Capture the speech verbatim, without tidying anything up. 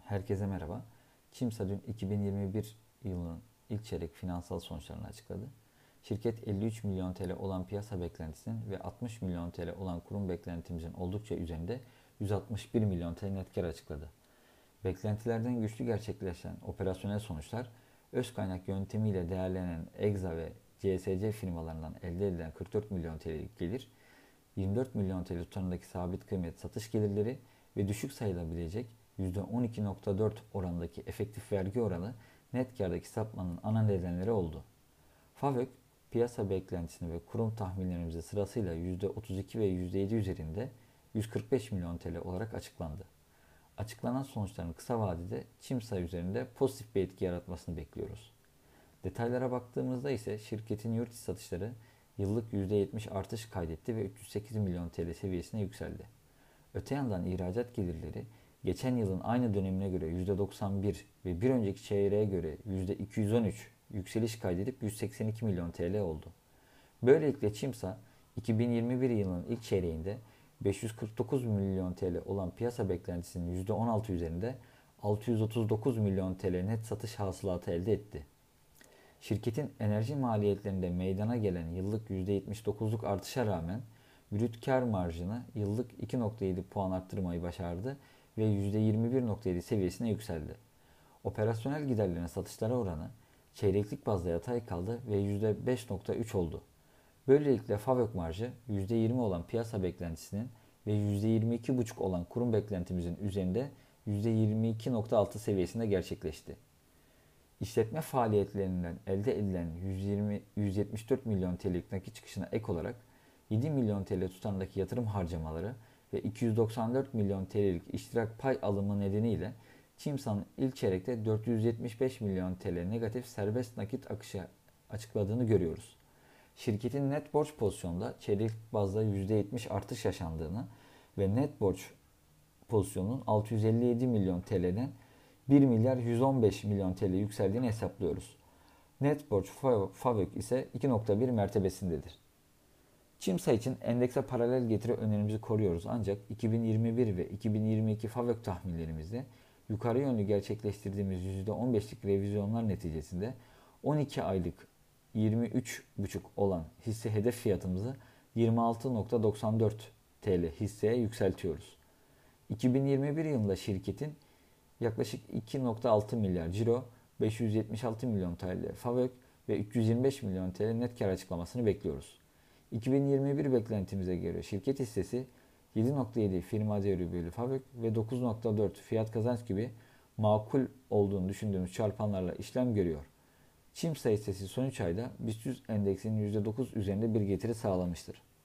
Herkese merhaba. Çimsa dün iki bin yirmi bir yılının ilk çeyrek finansal sonuçlarını açıkladı. Şirket elli üç milyon T L olan piyasa beklentisinin ve altmış milyon T L olan kurum beklentimizin oldukça üzerinde yüz altmış bir milyon T L net kar açıkladı. Beklentilerden güçlü gerçekleşen operasyonel sonuçlar, öz kaynak yöntemiyle değerlenen Egza ve C S C firmalarından elde edilen kırk dört milyon T L'lik gelir, yirmi dört milyon T L tutarındaki sabit kıymet satış gelirleri ve düşük sayılabilecek yüzde on iki nokta dört orandaki efektif vergi oranı net kârdaki sapmanın ana nedenleri oldu. FAVÖK, piyasa beklentisini ve kurum tahminlerimizi sırasıyla yüzde otuz iki ve yüzde yedi üzerinde yüz kırk beş milyon T L olarak açıklandı. Açıklanan sonuçların kısa vadede Çimsa üzerinde pozitif bir etki yaratmasını bekliyoruz. Detaylara baktığımızda ise şirketin yurt içi satışları yıllık yüzde yetmiş artış kaydetti ve üç yüz sekiz milyon T L seviyesine yükseldi. Öte yandan ihracat gelirleri geçen yılın aynı dönemine göre yüzde doksan bir ve bir önceki çeyreğe göre yüzde iki yüz on üç yükseliş kaydedip yüz seksen iki milyon T L oldu. Böylelikle Çimsa iki bin yirmi bir yılının ilk çeyreğinde beş yüz kırk dokuz milyon T L olan piyasa beklentisinin yüzde on altı üzerinde altı yüz otuz dokuz milyon T L net satış hasılatı elde etti. Şirketin enerji maliyetlerinde meydana gelen yıllık yüzde yetmiş dokuzluk artışa rağmen brüt kar marjını yıllık iki nokta yedi puan arttırmayı başardı ve yüzde yirmi bir nokta yedi seviyesine yükseldi. Operasyonel giderlerin satışlara oranı çeyreklik bazda yatay kaldı ve yüzde beş nokta üç oldu. Böylelikle FAVÖK marjı yüzde yirmi olan piyasa beklentisinin ve yüzde yirmi iki virgül beş olan kurum beklentimizin üzerinde yüzde yirmi iki nokta altı seviyesinde gerçekleşti. İşletme faaliyetlerinden elde edilen yüz yirmi yüz yetmiş dört milyon T L'lik nakit çıkışına ek olarak yedi milyon T L tutarındaki yatırım harcamaları ve iki yüz doksan dört milyon T L'lik iştirak pay alımı nedeniyle Çimsa'nın ilk çeyrekte dört yüz yetmiş beş milyon T L negatif serbest nakit akışı açıkladığını görüyoruz. Şirketin net borç pozisyonunda çeyrek bazda yüzde yetmiş artış yaşandığını ve net borç pozisyonunun altı yüz elli yedi milyon T L'den bir milyar yüz on beş milyon T L yükseldiğini hesaplıyoruz. Net borç FAVÖK ise iki nokta bir mertebesindedir. Çimsa için endekse paralel getiri önerimizi koruyoruz ancak iki bin yirmi bir ve iki bin yirmi iki FAVÖK tahminlerimizde yukarı yönlü gerçekleştirdiğimiz yüzde on beşlik revizyonlar neticesinde on iki aylık yirmi üç virgül beş olan hisse hedef fiyatımızı yirmi altı nokta doksan dört T L hisseye yükseltiyoruz. iki bin yirmi bir yılında şirketin yaklaşık iki nokta altı milyar ciro, beş yüz yetmiş altı milyon T L FAVÖK ve üç yüz yirmi beş milyon T L net kar açıklamasını bekliyoruz. iki bin yirmi bir beklentimize göre şirket hissesi yedi nokta yedi firma değeri bölü FAVÖK ve dokuz nokta dört fiyat kazanç gibi makul olduğunu düşündüğümüz çarpanlarla işlem görüyor. Çimsa hissesi son üç ayda BIST yüz endeksinin yüzde dokuz üzerinde bir getiri sağlamıştır.